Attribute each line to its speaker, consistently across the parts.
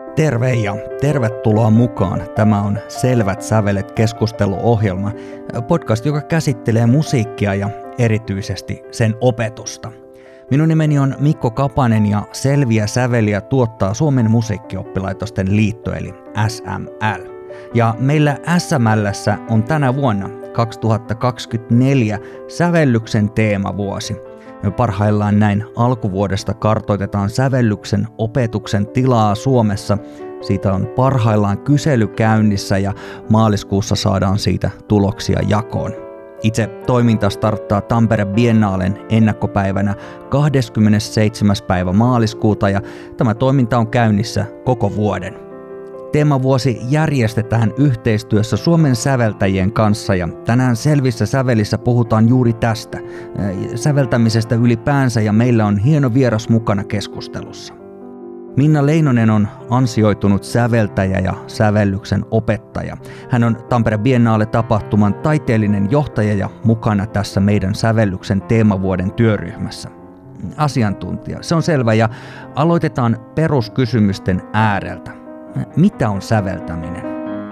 Speaker 1: Terve ja tervetuloa mukaan. Tämä on Selvät sävelet -keskusteluohjelma, podcast, joka käsittelee musiikkia ja erityisesti sen opetusta. Minun nimeni on Mikko Kapanen ja Selviä säveliä tuottaa Suomen musiikkioppilaitosten liitto eli SML. Ja meillä SML:ssä on tänä vuonna 2024 sävellyksen teemavuosi. Me parhaillaan näin alkuvuodesta kartoitetaan sävellyksen opetuksen tilaa Suomessa. Siitä on parhaillaan kysely käynnissä ja maaliskuussa saadaan siitä tuloksia jakoon. Itse toiminta starttaa Tampere Biennaalen ennakkopäivänä 27. päivä maaliskuuta ja tämä toiminta on käynnissä koko vuoden. Teemavuosi järjestetään yhteistyössä Suomen säveltäjien kanssa ja tänään Selvissä sävelissä puhutaan juuri tästä, säveltämisestä ylipäänsä, ja meillä on hieno vieras mukana keskustelussa. Minna Leinonen on ansioitunut säveltäjä ja sävellyksen opettaja. Hän on Tampere Biennaale-tapahtuman taiteellinen johtaja ja mukana tässä meidän sävellyksen teemavuoden työryhmässä. Asiantuntija, se on selvä, ja aloitetaan peruskysymysten ääreltä. Mitä on säveltäminen?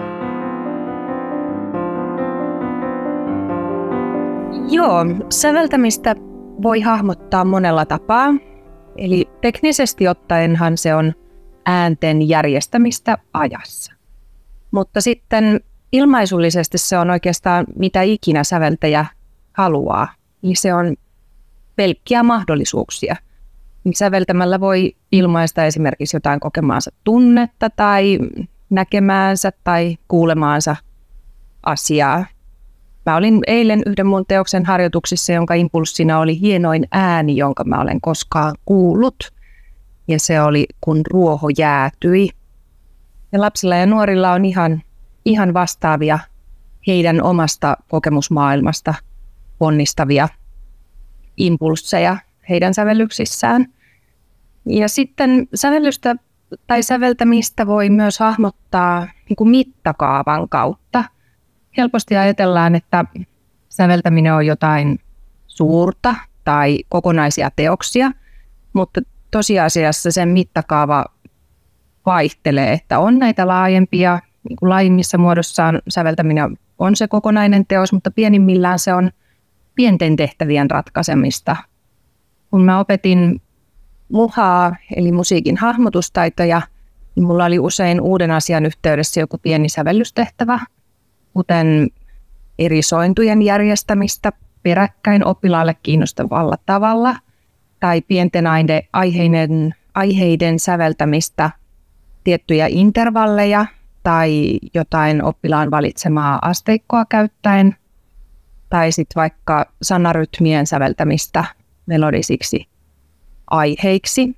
Speaker 2: Joo, säveltämistä voi hahmottaa monella tapaa. Eli teknisesti ottaenhan se on äänten järjestämistä ajassa. Mutta sitten ilmaisullisesti se on oikeastaan mitä ikinä säveltäjä haluaa. Eli se on pelkkiä mahdollisuuksia. Säveltämällä voi ilmaista esimerkiksi jotain kokemaansa tunnetta tai näkemäänsä tai kuulemaansa asiaa. Mä olin eilen yhden mun teoksen harjoituksissa, jonka impulssina oli hienoin ääni, jonka mä olen koskaan kuullut. Ja se oli, kun ruoho jäätyi. Ja lapsilla ja nuorilla on ihan vastaavia heidän omasta kokemusmaailmasta ponnistavia impulsseja heidän sävellyksissään. Ja sitten sävellystä tai säveltämistä voi myös hahmottaa niin kuin mittakaavan kautta. Helposti ajatellaan, että säveltäminen on jotain suurta tai kokonaisia teoksia, mutta tosiasiassa sen mittakaava vaihtelee, että on näitä laajempia, niin kuin laajimmissa muodossaan säveltäminen on se kokonainen teos, mutta pienimmillään se on pienten tehtävien ratkaisemista. Kun mä opetin muhaa, eli musiikin hahmotustaitoja, niin mulla oli usein uuden asian yhteydessä joku pieni sävellystehtävä, kuten eri sointujen järjestämistä peräkkäin oppilaalle kiinnostavalla tavalla, tai pienten aiheiden säveltämistä tiettyjä intervalleja, tai jotain oppilaan valitsemaa asteikkoa käyttäen, tai sitten vaikka sanarytmien säveltämistä melodisiksi aiheiksi.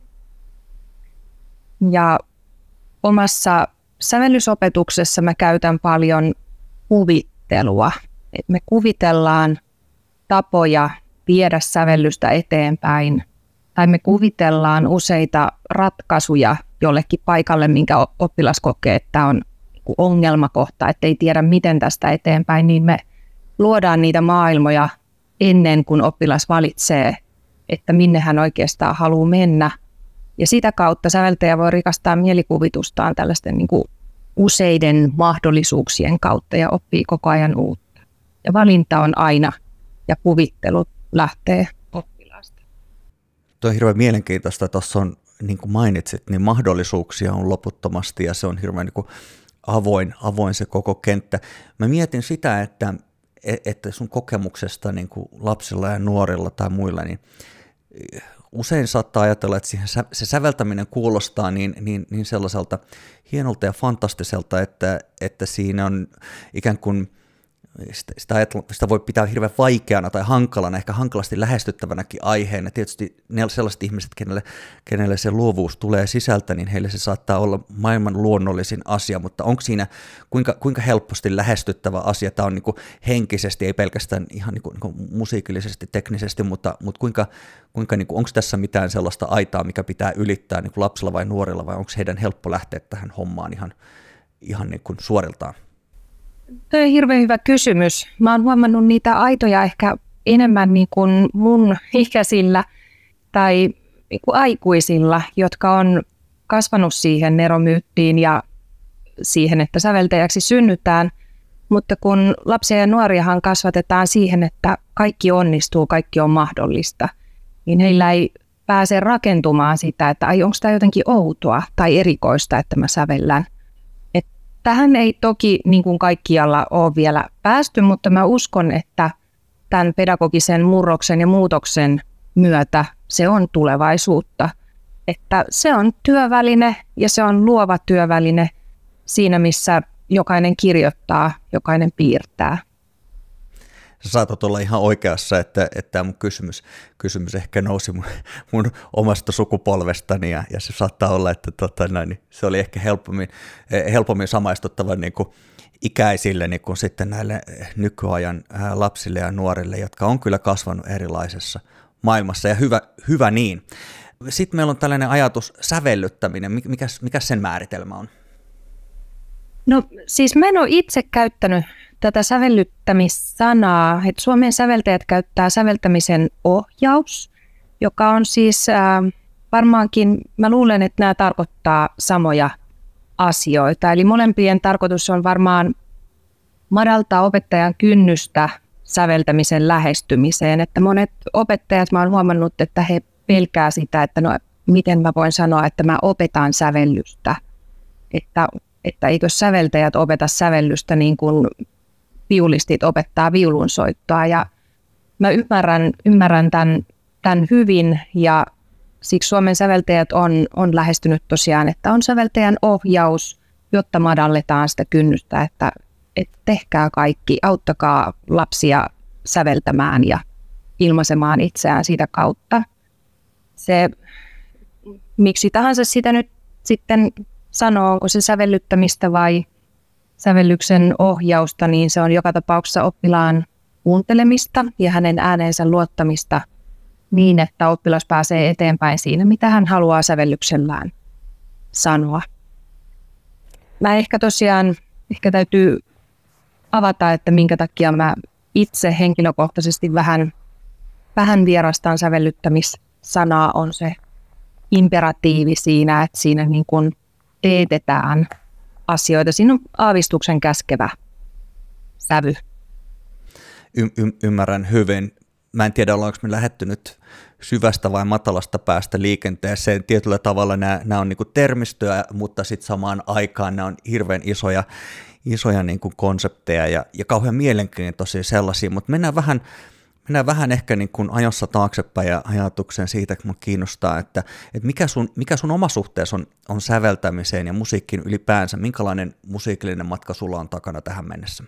Speaker 2: Ja omassa sävellysopetuksessa mä käytän paljon kuvittelua. Et me kuvitellaan tapoja viedä sävellystä eteenpäin, tai me kuvitellaan useita ratkaisuja jollekin paikalle, minkä oppilas kokee, että on ongelmakohta, ettei tiedä miten tästä eteenpäin, niin me luodaan niitä maailmoja ennen kuin oppilas valitsee, että minne hän oikeastaan haluaa mennä. Ja sitä kautta säveltäjä voi rikastaa mielikuvitustaan tällaisten niin kuin useiden mahdollisuuksien kautta ja oppii koko ajan uutta. Ja valinta on aina, ja kuvittelu lähtee oppilaasta.
Speaker 1: Tuo on hirveän mielenkiintoista. Tuossa on, niin kuin mainitsit, niin mahdollisuuksia on loputtomasti ja se on hirveän niin kuin avoin se koko kenttä. Mä mietin sitä, että sun kokemuksesta niin kuin lapsilla ja nuorilla tai muilla, niin usein saattaa ajatella, että se säveltäminen kuulostaa niin sellaiselta hienolta ja fantastiselta, että siinä on ikään kuin sitä voi pitää hirveän vaikeana tai hankalana, ehkä hankalasti lähestyttävänäkin aiheena. Tietysti ne sellaiset ihmiset, kenelle se luovuus tulee sisältä, niin heille se saattaa olla maailman luonnollisin asia, mutta onko siinä kuinka helposti lähestyttävä asia? Tämä on niin kuin henkisesti, ei pelkästään ihan niin kuin musiikillisesti, teknisesti, mutta kuinka niin kuin, onko tässä mitään sellaista aitaa, mikä pitää ylittää niin kuin lapsilla vai nuorilla, vai onko heidän helppo lähteä tähän hommaan ihan niin kuin suoriltaan?
Speaker 2: Tuo on hirveän hyvä kysymys. Mä oon huomannut niitä aitoja ehkä enemmän niin kuin mun ikäisillä tai niin kuin aikuisilla, jotka on kasvanut siihen neromyyttiin ja siihen, että säveltäjäksi synnytään, mutta kun lapsia ja nuoriahan kasvatetaan siihen, että kaikki onnistuu, kaikki on mahdollista, niin heillä ei pääse rakentumaan sitä, että onko tämä jotenkin outoa tai erikoista, että mä sävellän. Tähän ei toki niin kuin kaikkialla ole vielä päästy, mutta mä uskon, että tämän pedagogisen murroksen ja muutoksen myötä se on tulevaisuutta. Että se on työväline ja se on luova työväline siinä, missä jokainen kirjoittaa, jokainen piirtää.
Speaker 1: Sä saatat olla ihan oikeassa, että tämä mun kysymys ehkä nousi mun omasta sukupolvestani ja se saattaa olla, että niin se oli ehkä helpommin samaistuttava niin kuin ikäisille niin kuin sitten näille nykyajan lapsille ja nuorille, jotka on kyllä kasvanut erilaisessa maailmassa ja hyvä niin. Sitten meillä on tällainen ajatus sävellyttäminen. Mikä sen määritelmä on?
Speaker 2: No siis mä en ole itse käyttänyt tätä sävellyttämissanaa. Että Suomen säveltäjät käyttää säveltämisen ohjaus, joka on siis varmaankin, mä luulen, että nämä tarkoittaa samoja asioita. Eli molempien tarkoitus on varmaan madaltaa opettajan kynnystä säveltämisen lähestymiseen. Että monet opettajat, mä oon huomannut, että he pelkää sitä, että no miten mä voin sanoa, että mä opetan sävellystä. Että eikö säveltäjät opeta sävellystä niin kuin viulistit opettaa viulunsoittoa. Ja mä ymmärrän tämän hyvin ja siksi Suomen säveltäjät on lähestynyt tosiaan, että on säveltäjän ohjaus, jotta madalletaan sitä kynnystä, että tehkää kaikki, auttakaa lapsia säveltämään ja ilmaisemaan itseään sitä kautta. Se, miksi tahansa sitä nyt sitten sanoo, onko se sävellyttämistä vai sävellyksen ohjausta, niin se on joka tapauksessa oppilaan kuuntelemista ja hänen ääneensä luottamista niin, että oppilas pääsee eteenpäin siinä, mitä hän haluaa sävellyksellään sanoa. Mä ehkä täytyy avata, että minkä takia mä itse henkilökohtaisesti vähän vierastan sävellyttämissanaa, on se imperatiivi siinä, että siinä niin kuin teetetään asioita. Siinä on aavistuksen käskevä sävy.
Speaker 1: Ymmärrän hyvin. Mä en tiedä, ollaanko me lähdetty nyt syvästä vai matalasta päästä liikenteeseen. Tietyllä tavalla nämä on niinku termistöä, mutta sitten samaan aikaan nämä on hirveän isoja niinku konsepteja ja kauhean mielenkiintoisia sellaisia, mutta mennään vähän ehkä niin kuin ajassa taaksepäin ja ajatuksen siitä, kun minua kiinnostaa, että mikä sun oma suhteessa on säveltämiseen ja musiikkiin ylipäänsä. Minkälainen musiikillinen matka sulla on takana tähän mennessä?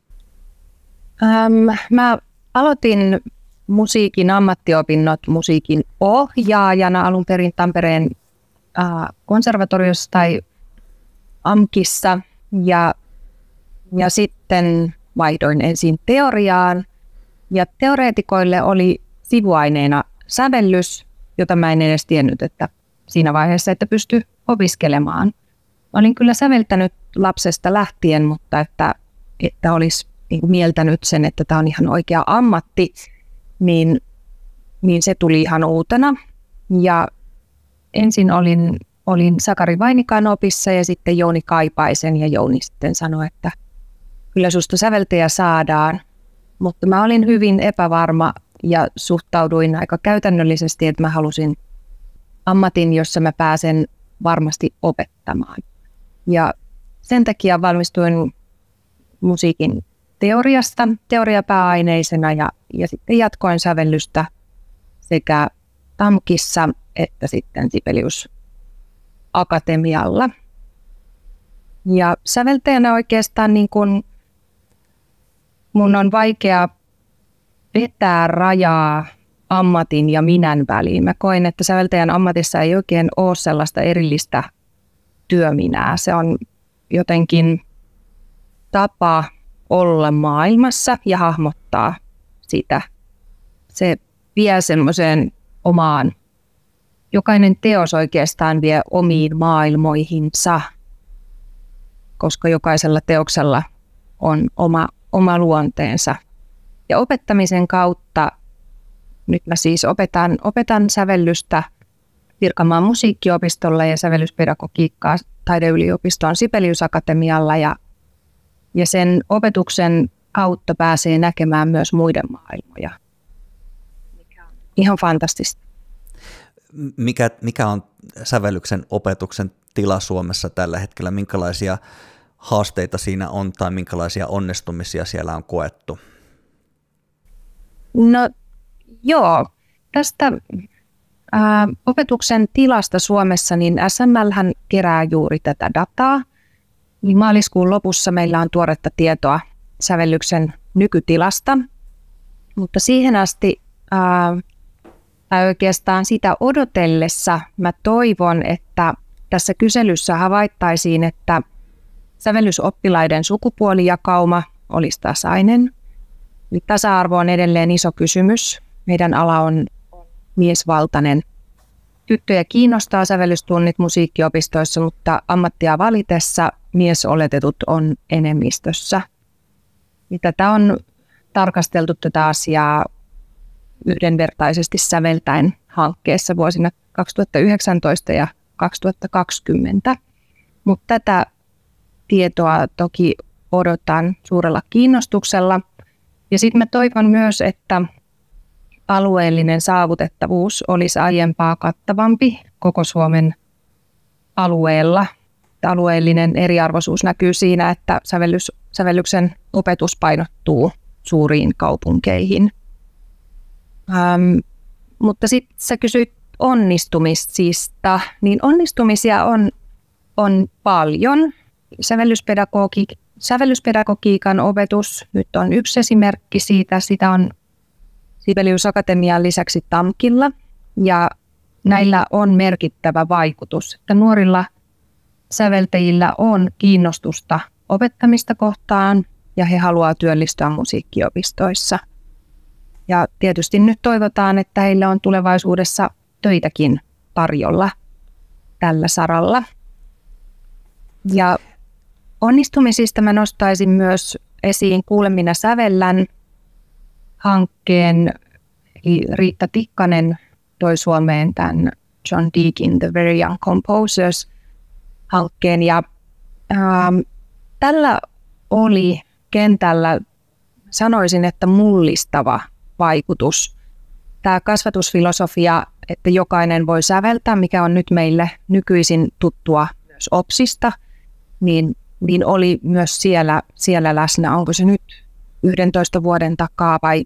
Speaker 2: Mä aloitin musiikin ammattiopinnot musiikin ohjaajana alun perin Tampereen konservatoriossa tai AMKissa ja sitten vaihdoin ensin teoriaan. Ja teoreetikoille oli sivuaineena sävellys, jota mä en edes tiennyt, että siinä vaiheessa, että pysty opiskelemaan. Mä olin kyllä säveltänyt lapsesta lähtien, mutta että olisi mieltänyt sen, että tämä on ihan oikea ammatti, niin se tuli ihan uutena. Ja ensin olin Sakari Vainikan opissa ja sitten Jouni Kaipaisen, ja Jouni sitten sanoi, että kyllä susta säveltäjä saadaan. Mutta mä olin hyvin epävarma ja suhtauduin aika käytännöllisesti, että mä halusin ammatin, jossa mä pääsen varmasti opettamaan. Ja sen takia valmistuin musiikin teoriasta, teoriapääaineisena ja sitten jatkoin sävellystä sekä TAMKissa että sitten Sibelius Akatemialla. Ja säveltäjänä oikeastaan niin kuin mun on vaikea vetää rajaa ammatin ja minän väliin. Mä koen, että säveltäjän ammatissa ei oikein ole sellaista erillistä työminää. Se on jotenkin tapa olla maailmassa ja hahmottaa sitä. Se vie semmoiseen omaan, jokainen teos oikeastaan vie omiin maailmoihinsa, koska jokaisella teoksella on oma luonteensa. Ja opettamisen kautta, nyt mä siis opetan sävellystä Pirkanmaan musiikkiopistolla ja sävellyspedagogiikkaa taideyliopiston Sibelius Akatemialla ja sen opetuksen kautta pääsee näkemään myös muiden maailmoja. Ihan fantastista.
Speaker 1: Mikä on sävellyksen opetuksen tila Suomessa tällä hetkellä? Minkälaisia haasteita siinä on tai minkälaisia onnistumisia siellä on koettu?
Speaker 2: No joo, tästä opetuksen tilasta Suomessa, niin SMLhän kerää juuri tätä dataa. Niin maaliskuun lopussa meillä on tuoretta tietoa sävellyksen nykytilasta, mutta siihen asti tai oikeastaan sitä odotellessa mä toivon, että tässä kyselyssä havaittaisiin, että sävellysoppilaiden sukupuolijakauma olisi tasainen. Eli tasa-arvo on edelleen iso kysymys. Meidän ala on miesvaltainen. Tyttöjä kiinnostaa sävellystunnit musiikkiopistoissa, mutta ammattia valitessa miesoletetut on enemmistössä. Tätä on tarkasteltu tätä asiaa yhdenvertaisesti säveltäen hankkeessa vuosina 2019 ja 2020, mutta tätä tietoa toki odotan suurella kiinnostuksella. Ja sitten mä toivon myös, että alueellinen saavutettavuus olisi aiempaa kattavampi koko Suomen alueella. Alueellinen eriarvoisuus näkyy siinä, että sävellyksen opetus painottuu suuriin kaupunkeihin. Mutta sitten sä kysyit onnistumisista, niin onnistumisia on paljon. Sävellyspedagogiikan opetus nyt on yksi esimerkki siitä. Sitä on Sibelius Akatemian lisäksi TAMKilla ja näillä on merkittävä vaikutus, että nuorilla säveltäjillä on kiinnostusta opettamista kohtaan ja he haluaa työllistyä musiikkiopistoissa. Ja tietysti nyt toivotaan, että heillä on tulevaisuudessa töitäkin tarjolla tällä saralla. Ja onnistumisista mä nostaisin myös esiin Kuule minä sävellän hankkeen. Eli Riitta Tikkanen toi Suomeen tämän John Deakin The Very Young Composers-hankkeen. Ja tällä oli kentällä, sanoisin, että mullistava vaikutus. Tämä kasvatusfilosofia, että jokainen voi säveltää, mikä on nyt meille nykyisin tuttua myös OPSista, niin oli myös siellä läsnä. Onko se nyt 11 vuoden takaa vai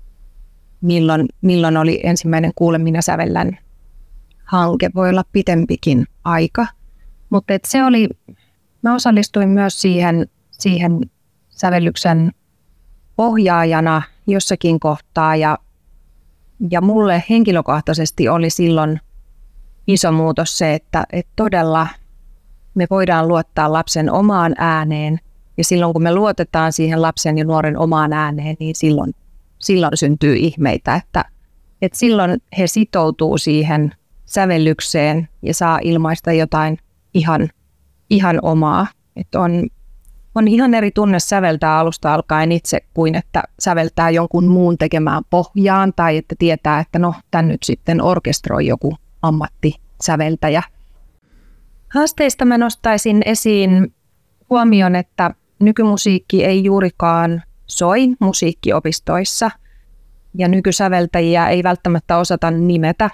Speaker 2: milloin oli ensimmäinen Kuule minä sävellän hanke? Voi olla pitempikin aika. Mutta mä osallistuin myös siihen sävellyksen ohjaajana jossakin kohtaa ja mulle henkilökohtaisesti oli silloin iso muutos se, että todella me voidaan luottaa lapsen omaan ääneen ja silloin kun me luotetaan siihen lapsen ja nuoren omaan ääneen, niin silloin syntyy ihmeitä, että silloin he sitoutuu siihen sävellykseen ja saa ilmaista jotain ihan omaa. Että on ihan eri tunne säveltää alusta alkaen itse kuin että säveltää jonkun muun tekemään pohjaan tai että tietää, että no tän nyt sitten orkestroi joku ammattisäveltäjä. Haasteista mä nostaisin esiin huomion, että nykymusiikki ei juurikaan soi musiikkiopistoissa ja nykysäveltäjiä ei välttämättä osata nimetä.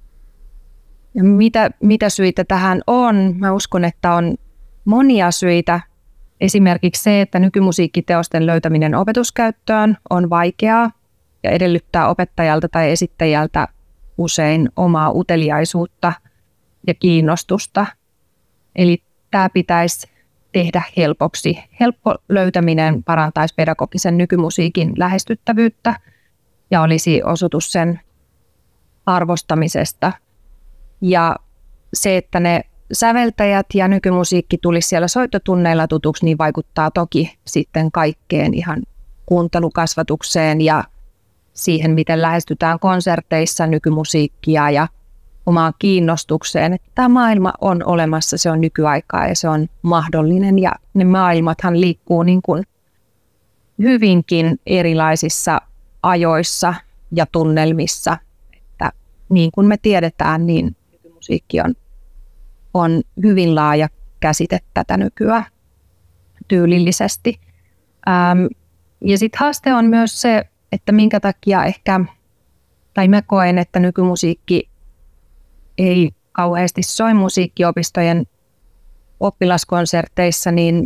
Speaker 2: Ja mitä syitä tähän on? Mä uskon, että on monia syitä. Esimerkiksi se, että nykymusiikkiteosten löytäminen opetuskäyttöön on vaikeaa ja edellyttää opettajalta tai esittäjältä usein omaa uteliaisuutta ja kiinnostusta. Eli tämä pitäisi tehdä helpoksi. Helppo löytäminen parantaisi pedagogisen nykymusiikin lähestyttävyyttä ja olisi osoitus sen arvostamisesta. Ja se, että ne säveltäjät ja nykymusiikki tulisi siellä soittotunneilla tutuksi, niin vaikuttaa toki sitten kaikkeen ihan kuuntelukasvatukseen ja siihen, miten lähestytään konserteissa nykymusiikkia ja omaan kiinnostukseen. Tämä maailma on olemassa, se on nykyaikaa ja se on mahdollinen ja ne maailmathan liikkuu niin kuin hyvinkin erilaisissa ajoissa ja tunnelmissa. Että niin kuin me tiedetään, niin nykymusiikki on hyvin laaja käsite tätä nykyään tyylillisesti. Ja sitten haaste on myös se, että minkä takia mä koen, että nykymusiikki ei kauheasti soi musiikkiopistojen oppilaskonserteissa, niin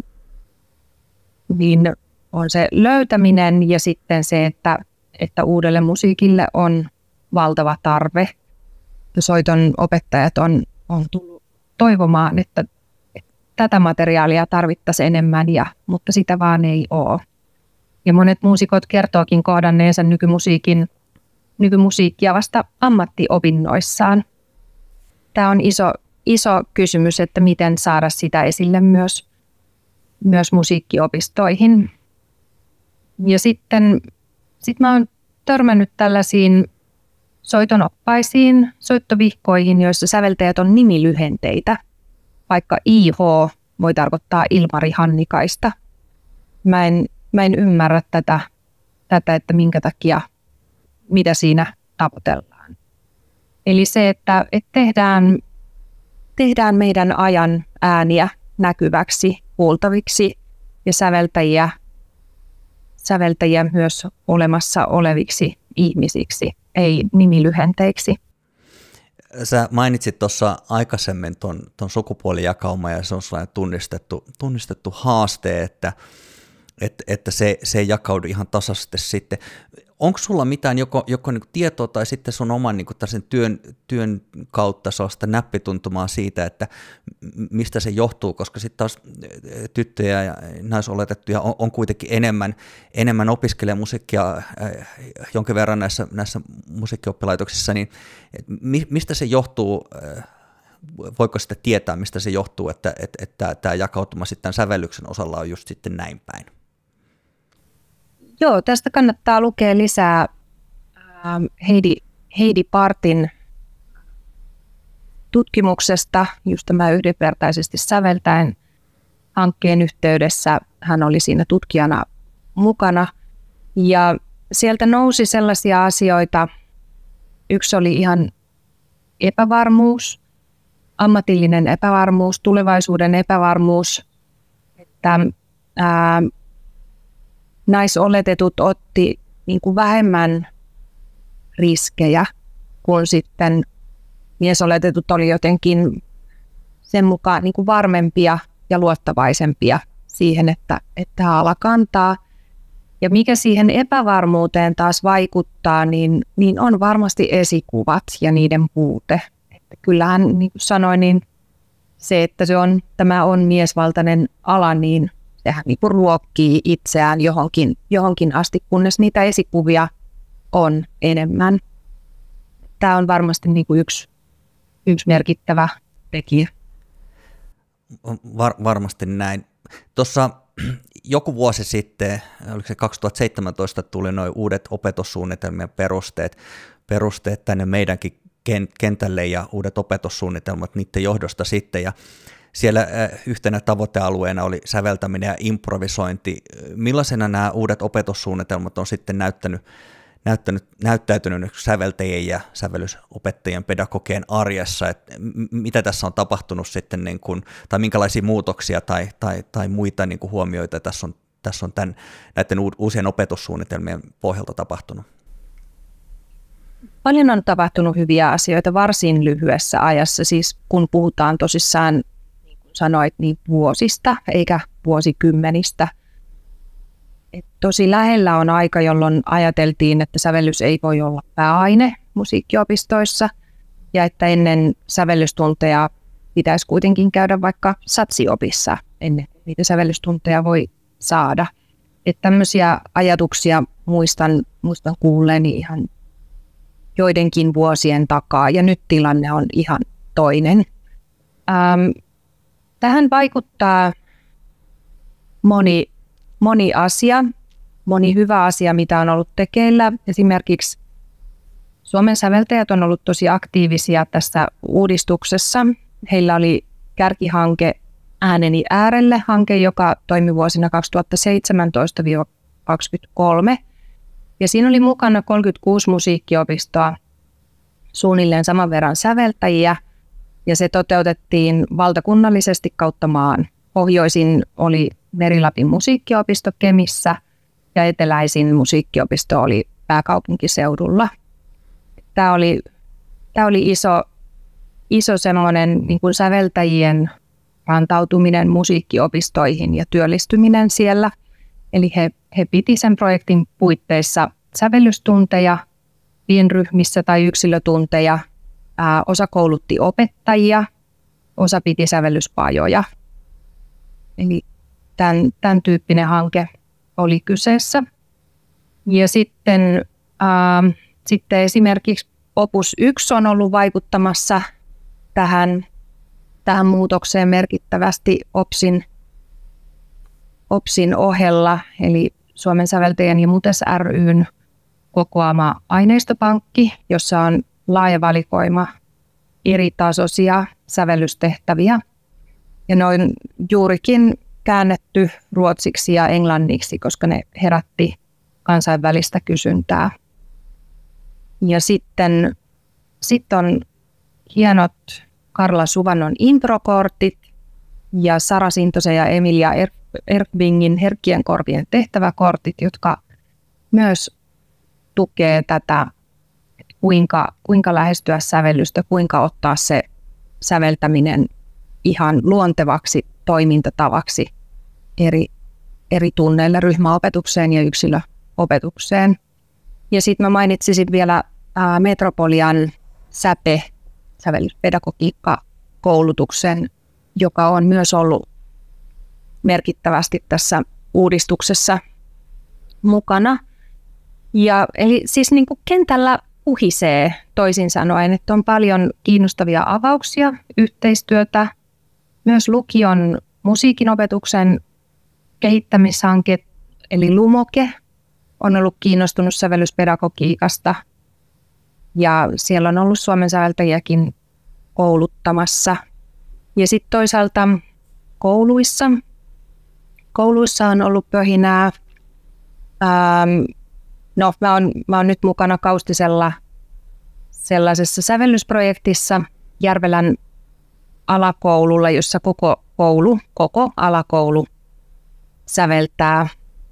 Speaker 2: on se löytäminen ja sitten se, että uudelle musiikille on valtava tarve. Soiton opettajat on tullut toivomaan, että tätä materiaalia tarvittaisiin enemmän, mutta sitä vaan ei ole. Ja monet muusikot kertookin kohdanneensa nykymusiikkia vasta ammattiopinnoissaan. Tämä on iso kysymys, että miten saada sitä esille myös musiikkiopistoihin. Ja sitten mä oon törmännyt tällaisiin soitonoppaisiin, soittovihkoihin, joissa säveltäjät on nimilyhenteitä. Vaikka IH voi tarkoittaa Ilmari Hannikaista. Mä en ymmärrä tätä, että minkä takia, mitä siinä tavoitellaan. Eli se, että tehdään meidän ajan ääniä näkyväksi, kuultaviksi ja säveltäjiä myös olemassa oleviksi ihmisiksi, ei nimilyhenteiksi.
Speaker 1: Sä mainitsit tuossa aikaisemmin ton sukupuolijakauman ja se on sellainen tunnistettu haaste, että se ei jakaudu ihan tasaisesti sitten. Onko sulla mitään joko niin tietoa tai sitten sun oman niin työn kautta sellaista näppituntumaa siitä, että mistä se johtuu, koska sitten taas tyttöjä ja naisoletettuja on kuitenkin enemmän opiskelee musiikkia jonkin verran näissä musiikkioppilaitoksissa, niin mistä se johtuu, voiko sitä tietää, mistä se johtuu, että tämä jakautuma sitten sävellyksen osalla on just sitten näin päin?
Speaker 2: Joo, tästä kannattaa lukea lisää Heidi Partin tutkimuksesta, just tämä yhdenvertaisesti säveltäen hankkeen yhteydessä. Hän oli siinä tutkijana mukana ja sieltä nousi sellaisia asioita. Yksi oli ihan epävarmuus, ammatillinen epävarmuus, tulevaisuuden epävarmuus, että naisoletetut otti niin kuin vähemmän riskejä, kun sitten miesoletetut oli jotenkin sen mukaan niin kuin varmempia ja luottavaisempia siihen, että ala kantaa. Ja mikä siihen epävarmuuteen taas vaikuttaa, niin on varmasti esikuvat ja niiden puute. Että kyllähän, niin kuin sanoin, niin se, että tämä on miesvaltainen ala, niin sehän niin kuin ruokkii itseään johonkin asti, kunnes niitä esikuvia on enemmän. Tämä on varmasti niin kuin yksi merkittävä tekijä.
Speaker 1: Varmasti näin. Tuossa joku vuosi sitten, oliko se 2017, tuli nuo uudet opetussuunnitelmien perusteet tänne meidänkin kentälle ja uudet opetussuunnitelmat niiden johdosta sitten. Ja siellä yhtenä tavoitealueena oli säveltäminen ja improvisointi. Millaisena nämä uudet opetussuunnitelmat on sitten näyttäytynyt säveltäjien ja sävellysopettajien pedagogien arjessa? Että mitä tässä on tapahtunut sitten, niin kuin, tai minkälaisia muutoksia tai muita niin kuin huomioita tässä on näiden uusien opetussuunnitelmien pohjalta tapahtunut?
Speaker 2: Paljon on tapahtunut hyviä asioita varsin lyhyessä ajassa, siis kun puhutaan tosissaan, niin kuin sanoit, niin vuosista eikä vuosikymmenistä. Tosi lähellä on aika, jolloin ajateltiin, että sävellys ei voi olla pääaine musiikkiopistoissa ja että ennen sävellystunteja pitäisi kuitenkin käydä vaikka satsiopissa ennen niitä sävellystunteja voi saada. Että tämmöisiä ajatuksia muistan kuulleeni ihan joidenkin vuosien takaa ja nyt tilanne on ihan toinen. Tähän vaikuttaa moni asia, moni hyvä asia, mitä on ollut tekeillä. Esimerkiksi Suomen säveltäjät on ollut tosi aktiivisia tässä uudistuksessa. Heillä oli kärkihanke Ääneni äärelle hanke, joka toimi vuosina 2017-2023. Ja siinä oli mukana 36 musiikkiopistoa, suunnilleen saman verran säveltäjiä. ja se toteutettiin valtakunnallisesti kautta maan. Pohjoisin oli Meri-Lapin musiikkiopisto Kemissä ja eteläisin musiikkiopisto oli pääkaupunkiseudulla. Tämä oli iso semmoinen niin kuin säveltäjien rantautuminen musiikkiopistoihin ja työllistyminen siellä. Eli he piti sen projektin puitteissa sävellystunteja pienryhmissä tai yksilötunteja. Osa koulutti opettajia, osa piti sävellyspajoja. Eli tämän tyyppinen hanke oli kyseessä. Ja sitten esimerkiksi Opus 1 on ollut vaikuttamassa tähän muutokseen merkittävästi OPSin ohella, eli Suomen säveltäjien ja Mutes ry:n kokoama aineistopankki, jossa on laaja valikoima eri tasoisia sävellystehtäviä. Ja ne on juurikin käännetty ruotsiksi ja englanniksi, koska ne herätti kansainvälistä kysyntää. Ja sitten on hienot Karla Suvannon introkortit ja Sara Sintosen ja Emilia Erkbingin Herkkien korvien tehtäväkortit, jotka myös tukee tätä, kuinka lähestyä sävellystä, kuinka ottaa se säveltäminen ihan luontevaksi toimintatavaksi eri tunneilla ryhmäopetukseen ja yksilöopetukseen. Ja sitten mä mainitsisin vielä Metropolian SÄPE, sävellyspedagogiikka-koulutuksen, joka on myös ollut merkittävästi tässä uudistuksessa mukana. Eli siis niin kuin kentällä puhisee toisin sanoen, että on paljon kiinnostavia avauksia, yhteistyötä, myös lukion musiikinopetuksen kehittämishanke, eli Lumoke, on ollut kiinnostunut sävellyspedagogiikasta ja siellä on ollut Suomen säveltäjiäkin kouluttamassa. Ja sitten toisaalta kouluissa on ollut pöhinää. Mä oon nyt mukana Kaustisella sellaisessa sävellysprojektissa Järvelän alakoululla, jossa koko alakoulu säveltää.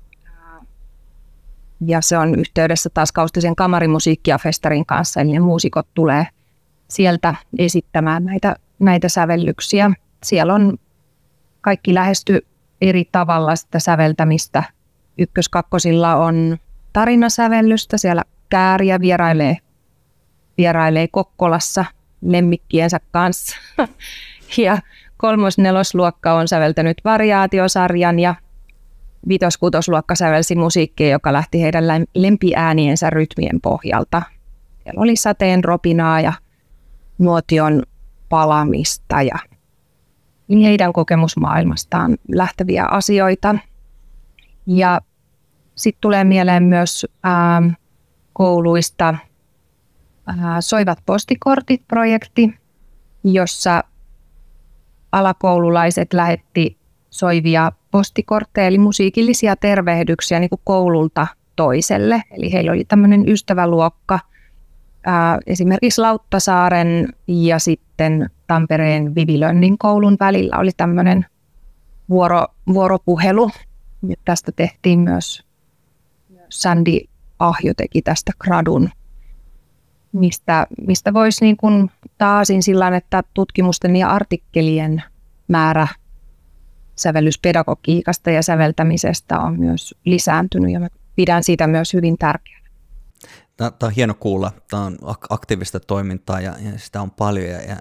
Speaker 2: Ja se on yhteydessä taas Kaustisen kamarimusiikki- ja festarin kanssa, eli ne muusikot tulee sieltä esittämään näitä sävellyksiä. Siellä on kaikki lähesty eri tavalla sitä säveltämistä. Ykkös-kakkosilla on tarinasävellystä, siellä Kääriä vierailee Kokkolassa lemmikkiensä kanssa. Ja 3.-4. on säveltänyt variaatiosarjan ja 5.-6. sävelsi musiikkia, joka lähti heidän lempiääniensä rytmien pohjalta. Siellä oli sateen ropinaa ja nuotion palamista ja heidän kokemusmaailmastaan lähteviä asioita. Ja sitten tulee mieleen myös kouluista Soivat postikortit-projekti, jossa alakoululaiset lähetti soivia postikortteja, eli musiikillisia tervehdyksiä niin kuin koululta toiselle. Eli heillä oli tämmöinen ystäväluokka esimerkiksi Lauttasaaren ja sitten Tampereen Vivilönnin koulun välillä oli tämmöinen vuoropuhelu. Ja tästä tehtiin myös Sandy Ahjo teki tästä gradun, mistä voisi niin kuin taasin sillä, että tutkimusten ja artikkelien määrä sävellyspedagogiikasta ja säveltämisestä on myös lisääntynyt ja mä pidän siitä myös hyvin tärkeänä.
Speaker 1: Tämä on hieno kuulla. Tämä on aktiivista toimintaa ja sitä on paljon ja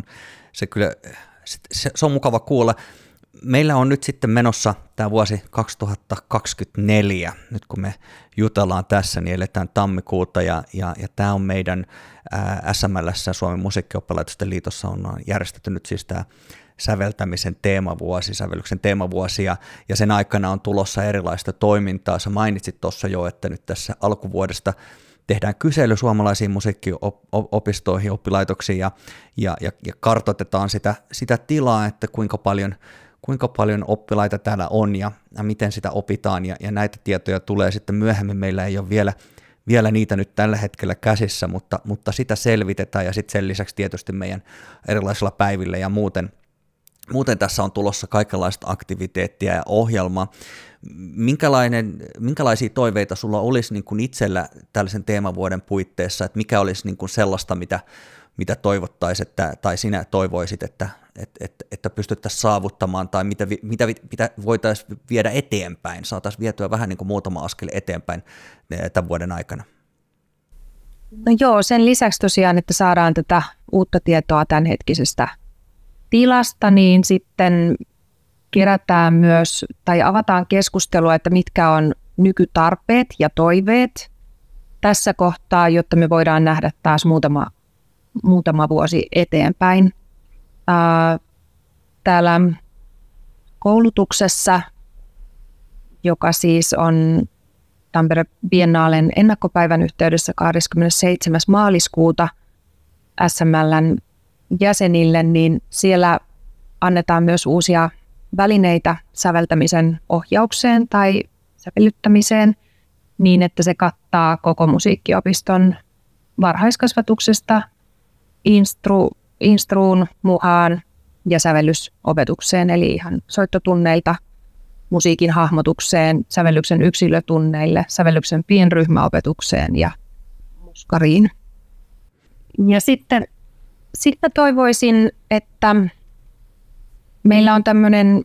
Speaker 1: se on mukava kuulla. Meillä on nyt sitten menossa tämä vuosi 2024, nyt kun me jutellaan tässä, niin eletään tammikuuta ja tämä on meidän SML:ssä, Suomen musiikkioppilaitosten liitossa on järjestetty nyt siis tämä säveltämisen teemavuosi, sävellyksen teemavuosi ja sen aikana on tulossa erilaista toimintaa. Sä mainitsit tuossa jo, että nyt tässä alkuvuodesta tehdään kysely suomalaisiin musiikkiopistoihin, oppilaitoksiin ja kartoitetaan sitä tilaa, että kuinka paljon oppilaita täällä on ja miten sitä opitaan ja näitä tietoja tulee sitten myöhemmin. Meillä ei ole vielä niitä nyt tällä hetkellä käsissä, mutta sitä selvitetään ja sitten sen lisäksi tietysti meidän erilaisilla päivillä ja muuten tässä on tulossa kaikenlaista aktiviteettia ja ohjelmaa. Minkälaisia toiveita sulla olisi niin kuin itsellä tällaisen teemavuoden puitteissa, että mikä olisi niin kuin sellaista, mitä toivottaisiin, tai sinä toivoisit, että pystyttäisiin saavuttamaan, tai mitä voitaisiin viedä eteenpäin, saataisiin vietyä vähän niin kuin muutama askel eteenpäin tämän vuoden aikana?
Speaker 2: No joo, sen lisäksi tosiaan, että saadaan tätä uutta tietoa tämänhetkisestä tilasta, niin sitten kerätään myös tai avataan keskustelua, että mitkä on nykytarpeet ja toiveet tässä kohtaa, jotta me voidaan nähdä taas muutama vuosi eteenpäin. Täällä koulutuksessa, joka siis on Tampere Biennalen ennakkopäivän yhteydessä 27. maaliskuuta SML:n jäsenille, niin siellä annetaan myös uusia välineitä säveltämisen ohjaukseen tai sävellyttämiseen niin, että se koko musiikkiopiston varhaiskasvatuksesta instruun, muhaan ja sävellysopetukseen, eli ihan soittotunneilta musiikin hahmotukseen, sävellyksen yksilötunneille, sävellyksen pienryhmäopetukseen ja muskariin. Ja sitten mä toivoisin, että meillä on tämmöinen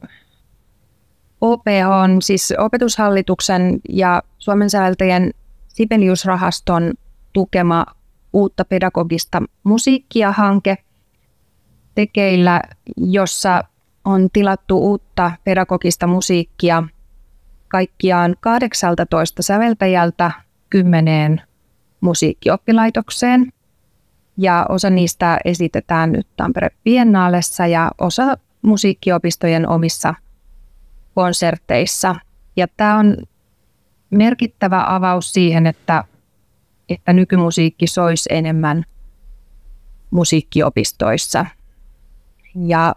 Speaker 2: OPH, siis Opetushallituksen ja Suomen säveltäjien Sibelius-rahaston tukema uutta pedagogista musiikkia -hanke tekeillä, jossa on tilattu uutta pedagogista musiikkia kaikkiaan 18 säveltäjältä 10 musiikkioppilaitokseen. Ja osa niistä esitetään nyt Tampere Biennalessa ja osa musiikkiopistojen omissa konserteissa. Ja tämä on merkittävä avaus siihen, että nykymusiikki soisi enemmän musiikkiopistoissa. Ja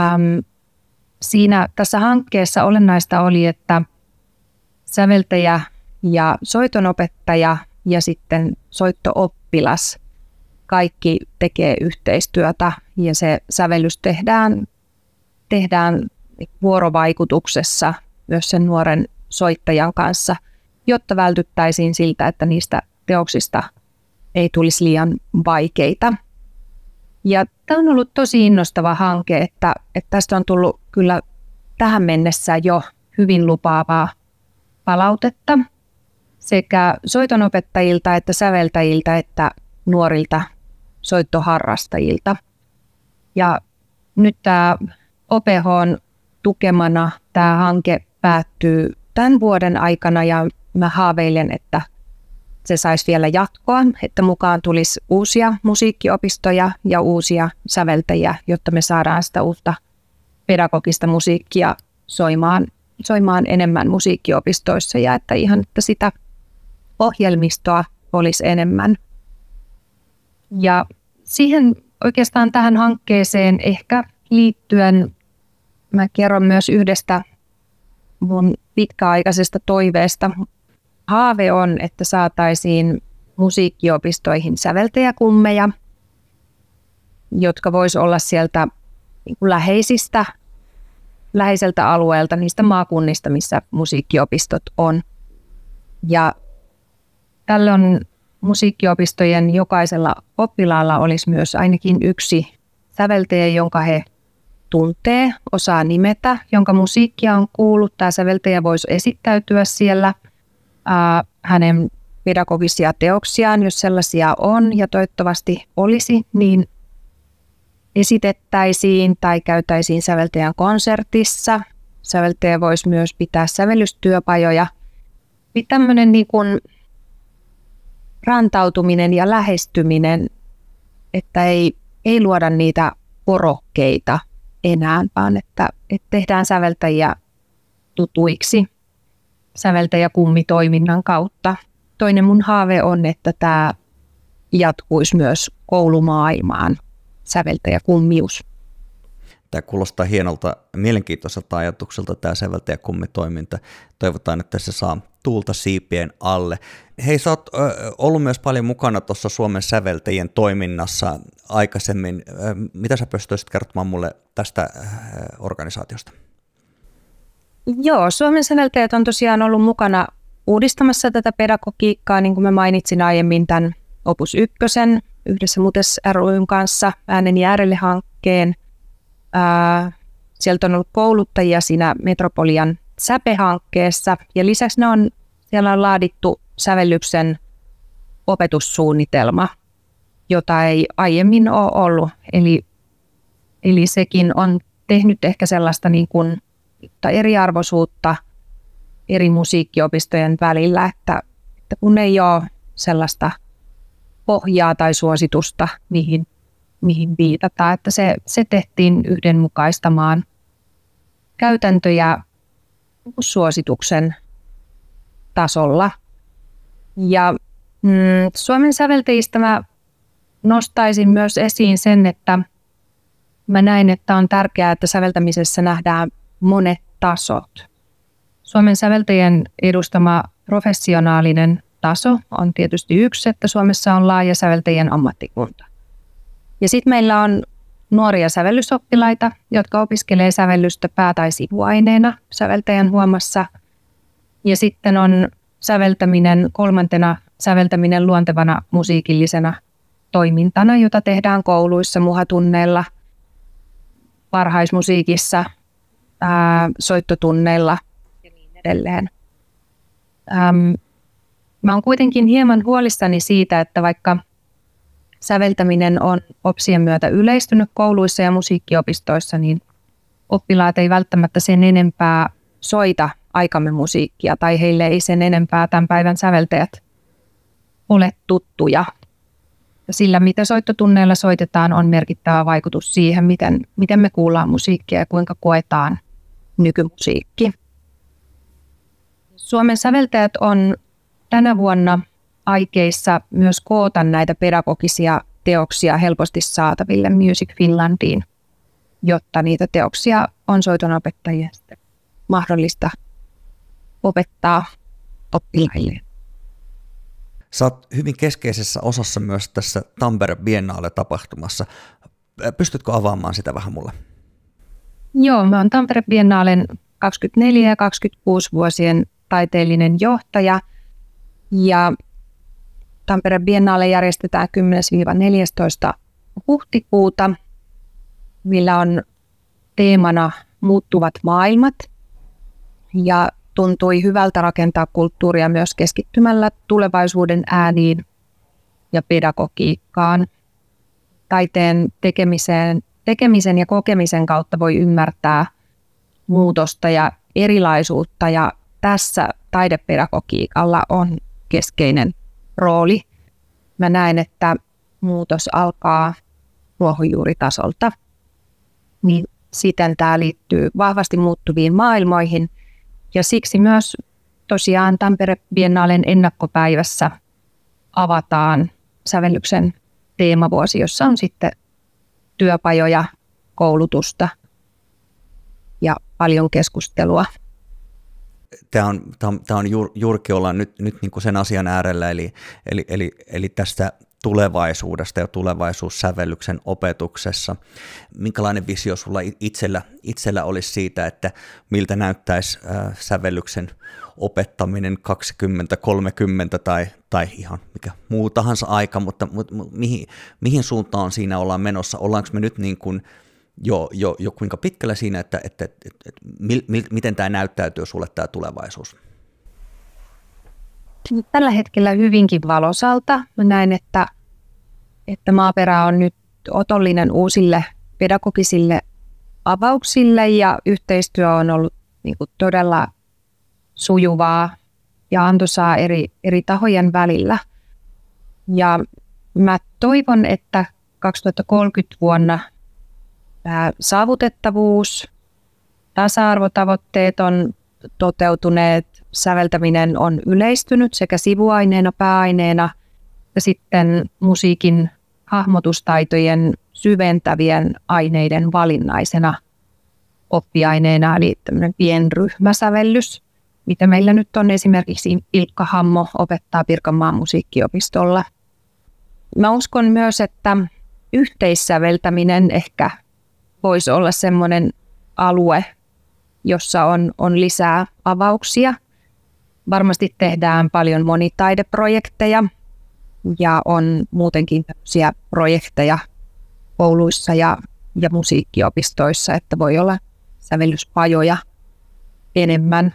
Speaker 2: tässä hankkeessa olennaista oli, että säveltäjä ja soitonopettaja ja sitten soittooppilas kaikki tekee yhteistyötä ja se sävellys tehdään vuorovaikutuksessa myös sen nuoren soittajan kanssa, jotta vältyttäisiin siltä, että niistä teoksista ei tulisi liian vaikeita. Ja tämä on ollut tosi innostava hanke, että tästä on tullut kyllä tähän mennessä jo hyvin lupaavaa palautetta sekä soitonopettajilta että säveltäjiltä että nuorilta soittoharrastajilta. Ja nyt tämä OPH:n tukemana tämä hanke päättyy tämän vuoden aikana ja mä haaveilen, että se saisi vielä jatkoa, että mukaan tulisi uusia musiikkiopistoja ja uusia säveltäjiä, jotta me saadaan sitä uutta pedagogista musiikkia soimaan enemmän musiikkiopistoissa ja että sitä ohjelmistoa olisi enemmän. Ja siihen oikeastaan tähän hankkeeseen ehkä liittyen mä kerron myös yhdestä mun pitkäaikaisesta toiveesta. Haave on, että saataisiin musiikkiopistoihin säveltäjäkummeja, jotka vois olla sieltä läheiseltä alueelta, niistä maakunnista, missä musiikkiopistot on. Ja tällöin musiikkiopistojen jokaisella oppilaalla olisi myös ainakin yksi säveltäjä, jonka he tuntee, osaa nimetä, jonka musiikkia on kuullut. Tämä säveltäjä voisi esittäytyä siellä. Hänen pedagogisia teoksiaan, jos sellaisia on ja toivottavasti olisi, niin esitettäisiin tai käytäisiin säveltäjän konsertissa. Säveltäjä voisi myös pitää sävellystyöpajoja. Tämmöinen niin kuin rantautuminen ja lähestyminen, että ei luoda niitä korokkeita enää, vaan että tehdään säveltäjiä tutuiksi säveltäjäkummitoiminnan kautta. Toinen mun haave on, että tämä jatkuisi myös koulumaailmaan, säveltäjäkummius.
Speaker 1: Tämä kuulostaa hienolta, mielenkiintoiselta ajatukselta tämä säveltäjäkummitoiminta. Toivotaan, että se saa tuulta siipien alle. Hei, sä oot ollut myös paljon mukana tuossa Suomen säveltäjien toiminnassa aikaisemmin. Mitä sä pystyisit kertomaan mulle tästä organisaatiosta?
Speaker 2: Joo, Suomen säveltäjät on tosiaan ollut mukana uudistamassa tätä pedagogiikkaa, niin kuin mä mainitsin aiemmin tämän Opus 1 yhdessä Mutes ry:n kanssa Äänen äärelle -hankkeen. Sieltä on ollut kouluttajia siinä Metropolian Säpe-hankkeessa ja lisäksi siellä on laadittu sävellyksen opetussuunnitelma, jota ei aiemmin ole ollut. Eli sekin on tehnyt ehkä sellaista niin kuin eriarvoisuutta eri musiikkiopistojen välillä, että kun ei ole sellaista pohjaa tai suositusta, mihin viitataan, että se tehtiin yhdenmukaistamaan käytäntöjä suosituksen tasolla. Ja Suomen säveltäjistä mä nostaisin myös esiin sen, että mä näin, että on tärkeää, että säveltämisessä nähdään monet tasot. Suomen säveltäjien edustama professionaalinen taso on tietysti yksi, että Suomessa on laaja säveltäjien ammattikunta. Ja sitten meillä on nuoria sävellysoppilaita, jotka opiskelee sävellystä pää- tai sivuaineena säveltäjän huomassa. Ja sitten on kolmantena säveltäminen luontevana musiikillisena toimintana, jota tehdään kouluissa, muhatunneilla, varhaismusiikissa, soittotunneilla ja niin edelleen. Mä oon kuitenkin hieman huolissani siitä, että vaikka säveltäminen on OPSien myötä yleistynyt kouluissa ja musiikkiopistoissa, niin oppilaat ei välttämättä sen enempää soita aikamme musiikkia tai heille ei sen enempää tämän päivän säveltäjät ole tuttuja. Ja sillä, mitä soittotunneilla soitetaan, on merkittävä vaikutus siihen, miten me kuullaan musiikkia ja kuinka koetaan nykymusiikki. Suomen säveltäjät on tänä vuonna aikeissa myös koota näitä pedagogisia teoksia helposti saataville Music Finlandiin, jotta niitä teoksia on soitonopettajien mahdollista opettaa oppilaille.
Speaker 1: Sä oot hyvin keskeisessä osassa myös tässä Tampere Biennale-tapahtumassa. Pystytkö avaamaan sitä vähän mulle?
Speaker 2: Joo, mä oon Tampere Biennalen 24 ja 26 vuosien taiteellinen johtaja. Ja Tampere Biennale järjestetään 10-14 huhtikuuta, millä on teemana muuttuvat maailmat. Ja tuntui hyvältä rakentaa kulttuuria myös keskittymällä tulevaisuuden ääniin ja pedagogiikkaan. Taiteen tekemisen ja kokemisen kautta voi ymmärtää muutosta ja erilaisuutta, ja tässä taidepedagogiikalla on keskeinen rooli. Mä näen, että muutos alkaa ruohonjuuritasolta, niin siten tämä liittyy vahvasti muuttuviin maailmoihin, ja siksi myös tosiaan Tampere Biennalen ennakkopäivässä avataan sävellyksen teemavuosi, jossa on sitten työpajoja, koulutusta ja paljon keskustelua.
Speaker 1: Tämä on juurikin ollaan nyt niin kuin sen asian äärellä, eli tästä tulevaisuudesta ja tulevaisuussävellyksen opetuksessa. Minkälainen visio sulla itsellä olisi siitä, että miltä näyttäisi sävellyksen opettaminen 2030 tai ihan mikä muu tahansa aika, mutta mihin suuntaan siinä ollaan menossa? Ollaanko me nyt niin kuin jo kuinka pitkällä siinä, että miten tämä näyttäytyy sulle tämä tulevaisuus?
Speaker 2: Tällä hetkellä hyvinkin valosalta. Mä näen, että maaperä on nyt otollinen uusille pedagogisille avauksille ja yhteistyö on ollut niin kuin todella sujuvaa ja antoisaa eri tahojen välillä. Ja mä toivon, että 2030 vuonna saavutettavuus, tasa-arvotavoitteet on toteutuneet, säveltäminen on yleistynyt sekä sivuaineena, pääaineena ja sitten musiikin hahmotustaitojen syventävien aineiden valinnaisena oppiaineena, eli tämmöinen pienryhmäsävellys, mitä meillä nyt on esimerkiksi Ilkka Hammo opettaa Pirkanmaan musiikkiopistolla. Mä uskon myös, että yhteissäveltäminen ehkä voisi olla semmoinen alue, jossa on lisää avauksia. Varmasti tehdään paljon monitaideprojekteja ja on muutenkin tämmöisiä projekteja kouluissa ja musiikkiopistoissa, että voi olla sävellyspajoja enemmän.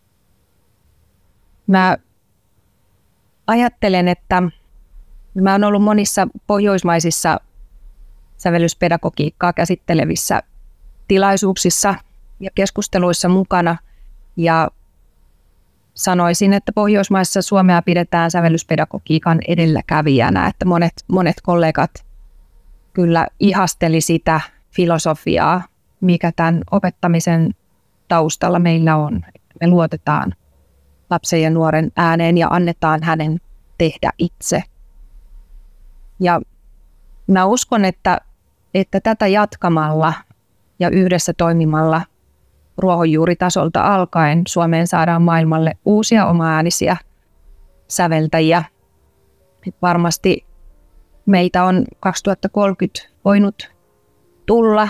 Speaker 2: Mä ajattelen, että mä oon ollut monissa pohjoismaisissa sävellyspedagogiikkaa käsittelevissä tilaisuuksissa ja keskusteluissa mukana ja sanoisin, että Pohjoismaissa Suomea pidetään sävellyspedagogiikan edelläkävijänä, että monet kollegat kyllä ihasteli sitä filosofiaa, mikä tämän opettamisen taustalla meillä on. Me luotetaan lapsen ja nuoren ääneen ja annetaan hänen tehdä itse. Ja mä uskon, että tätä jatkamalla ja yhdessä toimimalla ruohonjuuritasolta alkaen Suomeen saadaan maailmalle uusia omaäänisiä säveltäjiä. Varmasti meitä on 2030 voinut tulla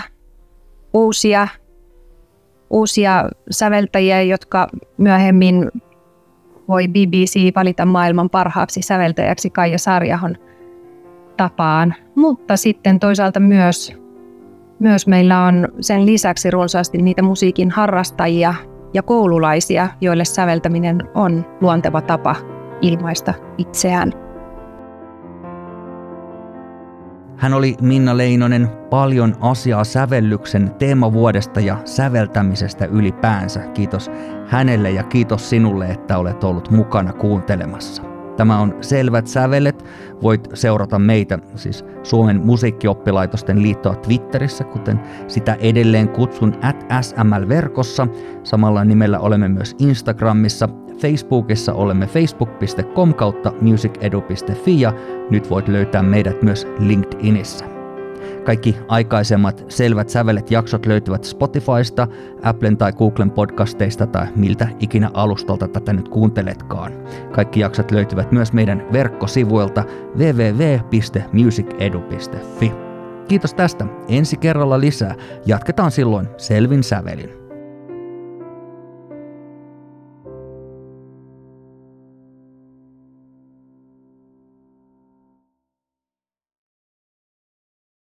Speaker 2: uusia säveltäjiä, jotka myöhemmin voi BBC valita maailman parhaaksi säveltäjäksi Kaija Saariahon tapaan. Mutta sitten toisaalta myös meillä on sen lisäksi runsaasti niitä musiikin harrastajia ja koululaisia, joille säveltäminen on luonteva tapa ilmaista itseään.
Speaker 1: Hän oli Minna Leinonen, paljon asiaa sävellyksen teemavuodesta ja säveltämisestä ylipäänsä. Kiitos hänelle ja kiitos sinulle, että olet ollut mukana kuuntelemassa. Tämä on Selvät sävelet. Voit seurata meitä, siis Suomen musiikkioppilaitosten liittoa Twitterissä, kuten sitä edelleen kutsun @sml-verkossa. Samalla nimellä olemme myös Instagramissa. Facebookissa olemme facebook.com/musicedu.fi ja nyt voit löytää meidät myös LinkedInissä. Kaikki aikaisemmat Selvät sävelet -jaksot löytyvät Spotifysta, Applen tai Googlen podcasteista tai miltä ikinä alustalta tätä nyt kuunteletkaan. Kaikki jaksot löytyvät myös meidän verkkosivuilta www.musicedu.fi. Kiitos tästä. Ensi kerralla lisää. Jatketaan silloin selvin sävelin.